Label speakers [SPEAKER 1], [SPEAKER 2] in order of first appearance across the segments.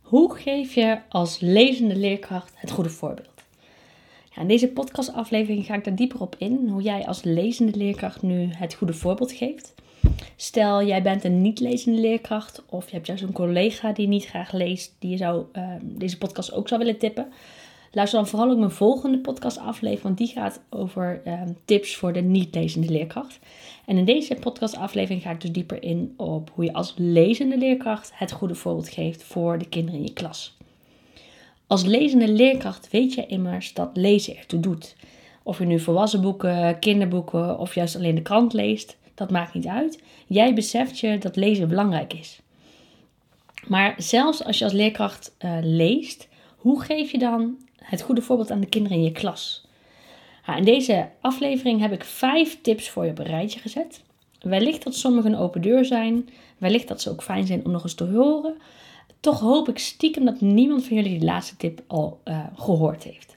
[SPEAKER 1] Hoe geef je als lezende leerkracht het goede voorbeeld? Ja, in deze podcastaflevering ga ik daar dieper op in, hoe jij als lezende leerkracht nu het goede voorbeeld geeft. Stel, jij bent een niet-lezende leerkracht of je hebt juist een collega die niet graag leest, die je zou deze podcast ook zou willen tippen. Luister dan vooral ook mijn volgende podcastaflevering, want die gaat over tips voor de niet-lezende leerkracht. En in deze podcastaflevering ga ik dus dieper in op hoe je als lezende leerkracht het goede voorbeeld geeft voor de kinderen in je klas. Als lezende leerkracht weet je immers dat lezen ertoe doet. Of je nu volwassen boeken, kinderboeken of juist alleen de krant leest, dat maakt niet uit. Jij beseft je dat lezen belangrijk is. Maar zelfs als je als leerkracht leest, hoe geef je dan het goede voorbeeld aan de kinderen in je klas? In deze aflevering heb ik 5 tips voor je op een rijtje gezet. Wellicht dat sommige een open deur zijn. Wellicht dat ze ook fijn zijn om nog eens te horen. Toch hoop ik stiekem dat niemand van jullie die laatste tip al gehoord heeft.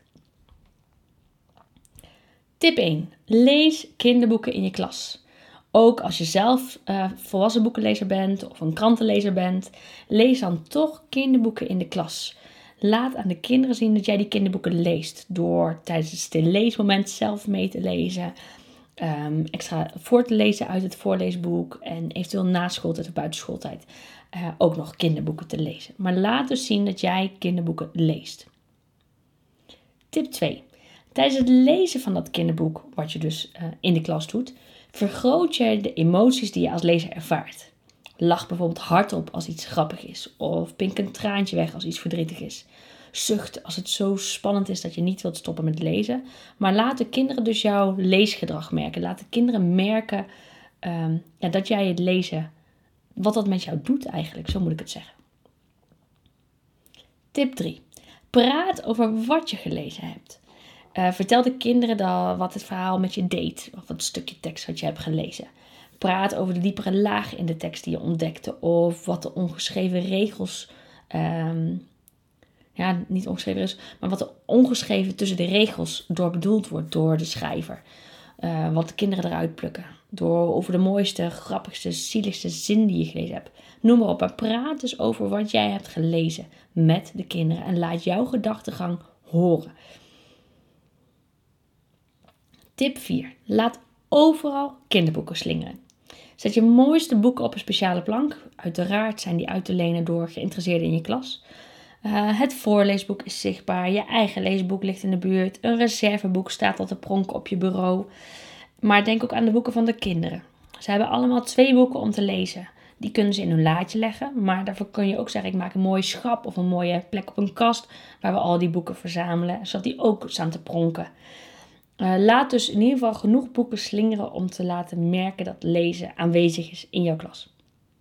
[SPEAKER 1] Tip 1. Lees kinderboeken in je klas. Ook als je zelf volwassen boekenlezer bent of een krantenlezer bent, lees dan toch kinderboeken in de klas. Laat aan de kinderen zien dat jij die kinderboeken leest. Door tijdens het stille leesmoment zelf mee te lezen. Extra voor te lezen uit het voorleesboek. En eventueel na schooltijd of buitenschooltijd ook nog kinderboeken te lezen. Maar laat dus zien dat jij kinderboeken leest. Tip 2. Tijdens het lezen van dat kinderboek, wat je dus in de klas doet, vergroot je de emoties die je als lezer ervaart. Lach bijvoorbeeld hardop als iets grappig is. Of pink een traantje weg als iets verdrietig is. Zucht als het zo spannend is dat je niet wilt stoppen met lezen. Maar laat de kinderen dus jouw leesgedrag merken. Laat de kinderen merken dat jij het lezen, wat dat met jou doet eigenlijk. Zo moet ik het zeggen. Tip 3. Praat over wat je gelezen hebt. Vertel de kinderen wat het verhaal met je deed. Of het stukje tekst wat je hebt gelezen. Praat over de diepere laag in de tekst die je ontdekte. Of wat de ongeschreven regels... niet ongeschreven is, maar wat er ongeschreven tussen de regels door bedoeld wordt door de schrijver. Wat de kinderen eruit plukken. Over de mooiste, grappigste, zieligste zin die je gelezen hebt. Noem maar op. Maar praat dus over wat jij hebt gelezen met de kinderen. En laat jouw gedachtegang horen. Tip 4. Laat overal kinderboeken slingeren. Zet je mooiste boeken op een speciale plank. Uiteraard zijn die uit te lenen door geïnteresseerden in je klas. Het voorleesboek is zichtbaar. Je eigen leesboek ligt in de buurt. Een reserveboek staat al te pronken op je bureau. Maar denk ook aan de boeken van de kinderen. Ze hebben allemaal 2 boeken om te lezen. Die kunnen ze in hun laadje leggen. Maar daarvoor kun je ook zeggen, ik maak een mooi schap of een mooie plek op een kast waar we al die boeken verzamelen. Zodat die ook staan te pronken. Laat dus in ieder geval genoeg boeken slingeren om te laten merken dat lezen aanwezig is in jouw klas.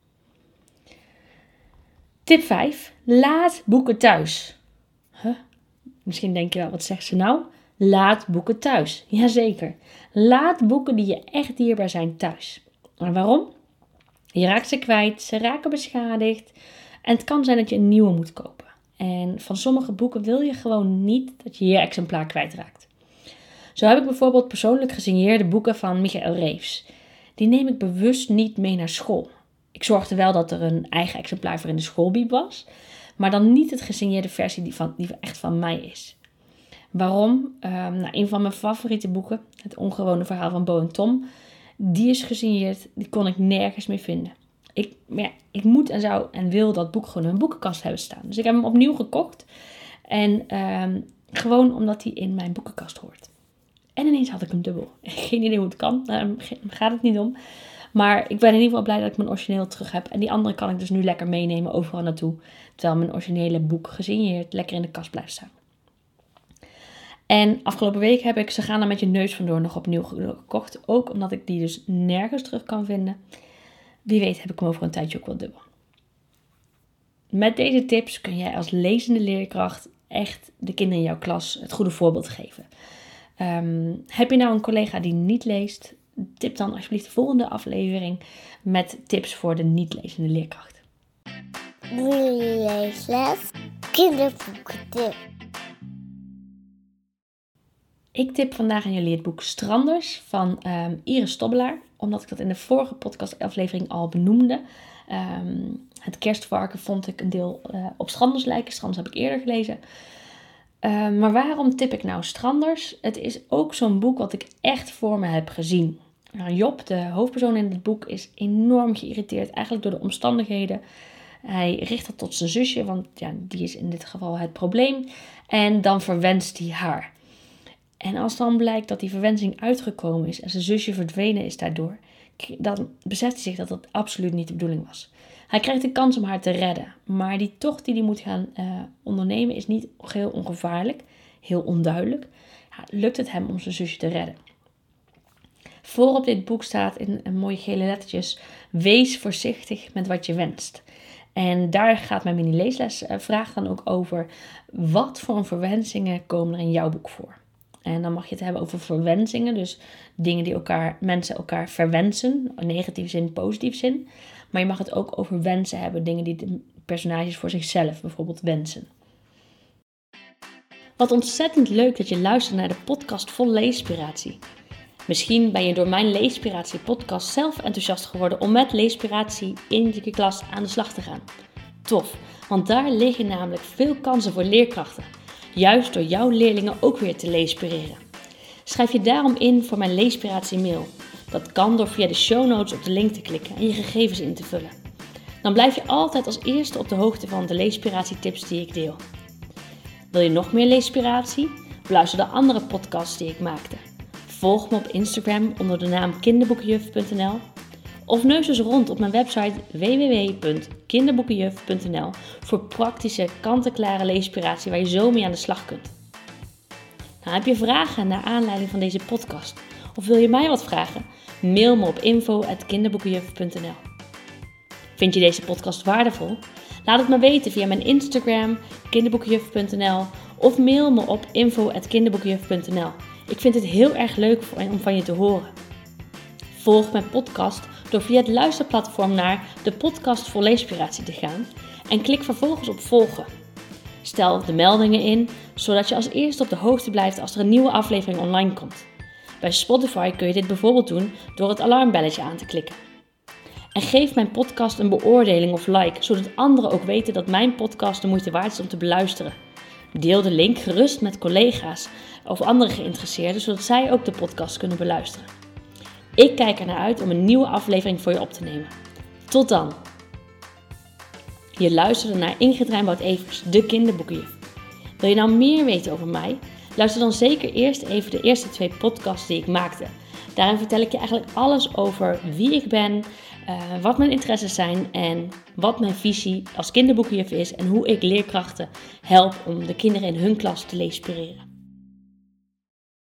[SPEAKER 1] Tip 5. Laat boeken thuis. Misschien denk je wel, wat zegt ze nou? Laat boeken thuis. Jazeker. Laat boeken die je echt dierbaar zijn thuis. En waarom? Je raakt ze kwijt, ze raken beschadigd. En het kan zijn dat je een nieuwe moet kopen. En van sommige boeken wil je gewoon niet dat je exemplaar kwijtraakt. Zo heb ik bijvoorbeeld persoonlijk gesigneerde boeken van Michael Reeves. Die neem ik bewust niet mee naar school. Ik zorgde wel dat er een eigen exemplaar voor in de schoolbieb was. Maar dan niet het gesigneerde versie die echt van mij is. Waarom? Een van mijn favoriete boeken, Het ongewone verhaal van Bo en Tom. Die is gesigneerd, die kon ik nergens meer vinden. Ik moet en zou en wil dat boek gewoon in mijn boekenkast hebben staan. Dus ik heb hem opnieuw gekocht. En gewoon omdat hij in mijn boekenkast hoort. En ineens had ik hem dubbel. Geen idee hoe het kan, daar gaat het niet om. Maar ik ben in ieder geval blij dat ik mijn origineel terug heb. En die andere kan ik dus nu lekker meenemen overal naartoe. Terwijl mijn originele boek gesigneerd lekker in de kast blijft staan. En afgelopen week heb ik Ze gaan er met je neus vandoor nog opnieuw gekocht. Ook omdat ik die dus nergens terug kan vinden. Wie weet heb ik hem over een tijdje ook wel dubbel. Met deze tips kun jij als lezende leerkracht echt de kinderen in jouw klas het goede voorbeeld geven. Heb je nou een collega die niet leest? Tip dan alsjeblieft de volgende aflevering met tips voor de niet-lezende leerkracht.
[SPEAKER 2] Leesles, kinderboekentip.
[SPEAKER 1] Ik tip vandaag aan jullie het boek Stranders van Iris Stobbelaar. Omdat ik dat in de vorige podcast aflevering al benoemde. Het kerstvarken vond ik een deel op Stranders lijken. Stranders heb ik eerder gelezen. Maar waarom tip ik nou Stranders? Het is ook zo'n boek wat ik echt voor me heb gezien. Job, de hoofdpersoon in het boek, is enorm geïrriteerd. Eigenlijk door de omstandigheden. Hij richt dat tot zijn zusje, want ja, die is in dit geval het probleem. En dan verwenst hij haar. En als dan blijkt dat die verwensing uitgekomen is en zijn zusje verdwenen is daardoor, dan beseft hij zich dat dat absoluut niet de bedoeling was. Hij krijgt de kans om haar te redden, maar die tocht die hij moet gaan ondernemen is niet heel ongevaarlijk, heel onduidelijk. Ja, lukt het hem om zijn zusje te redden? Voor op dit boek staat in mooie gele lettertjes: wees voorzichtig met wat je wenst. En daar gaat mijn mini-leesles vraag dan ook over: wat voor verwensingen komen er in jouw boek voor? En dan mag je het hebben over verwensingen, dus dingen die mensen elkaar verwensen, in negatieve zin, positieve zin. Maar je mag het ook over wensen hebben, dingen die de personages voor zichzelf bijvoorbeeld wensen. Wat ontzettend leuk dat je luistert naar de podcast vol leespiratie. Misschien ben je door mijn Leespiratie podcast zelf enthousiast geworden om met Leespiratie in je klas aan de slag te gaan. Tof, want daar liggen namelijk veel kansen voor leerkrachten. Juist door jouw leerlingen ook weer te leespireren. Schrijf je daarom in voor mijn Leespiratie mail. Dat kan door via de show notes op de link te klikken en je gegevens in te vullen. Dan blijf je altijd als eerste op de hoogte van de Leespiratie-tips die ik deel. Wil je nog meer Leespiratie? Beluister de andere podcasts die ik maakte. Volg me op Instagram onder de naam kinderboekenjuf.nl of neus eens rond op mijn website www.kinderboekenjuf.nl voor praktische, kant-en-klare leespiratie waar je zo mee aan de slag kunt. Nou, heb je vragen naar aanleiding van deze podcast of wil je mij wat vragen? Mail me op info@kinderboekenjuf.nl. Vind je deze podcast waardevol? Laat het me weten via mijn Instagram kinderboekenjuf.nl of mail me op info@kinderboekenjuf.nl. Ik vind het heel erg leuk om van je te horen. Volg mijn podcast door via het luisterplatform naar de podcast vol leespiratie te gaan en klik vervolgens op volgen. Stel de meldingen in, zodat je als eerste op de hoogte blijft als er een nieuwe aflevering online komt. Bij Spotify kun je dit bijvoorbeeld doen door het alarmbelletje aan te klikken. En geef mijn podcast een beoordeling of like, zodat anderen ook weten dat mijn podcast de moeite waard is om te beluisteren. Deel de link gerust met collega's of andere geïnteresseerden, zodat zij ook de podcast kunnen beluisteren. Ik kijk ernaar uit om een nieuwe aflevering voor je op te nemen. Tot dan! Je luisterde naar Ingrid Rijnboud-Evers, de kinderboekenjuf. Wil je nou meer weten over mij? Luister dan zeker eerst even de eerste 2 podcasts die ik maakte. Daarin vertel ik je eigenlijk alles over wie ik ben, wat mijn interesses zijn en wat mijn visie als kinderboekenjuf is en hoe ik leerkrachten help om de kinderen in hun klas te leespireren.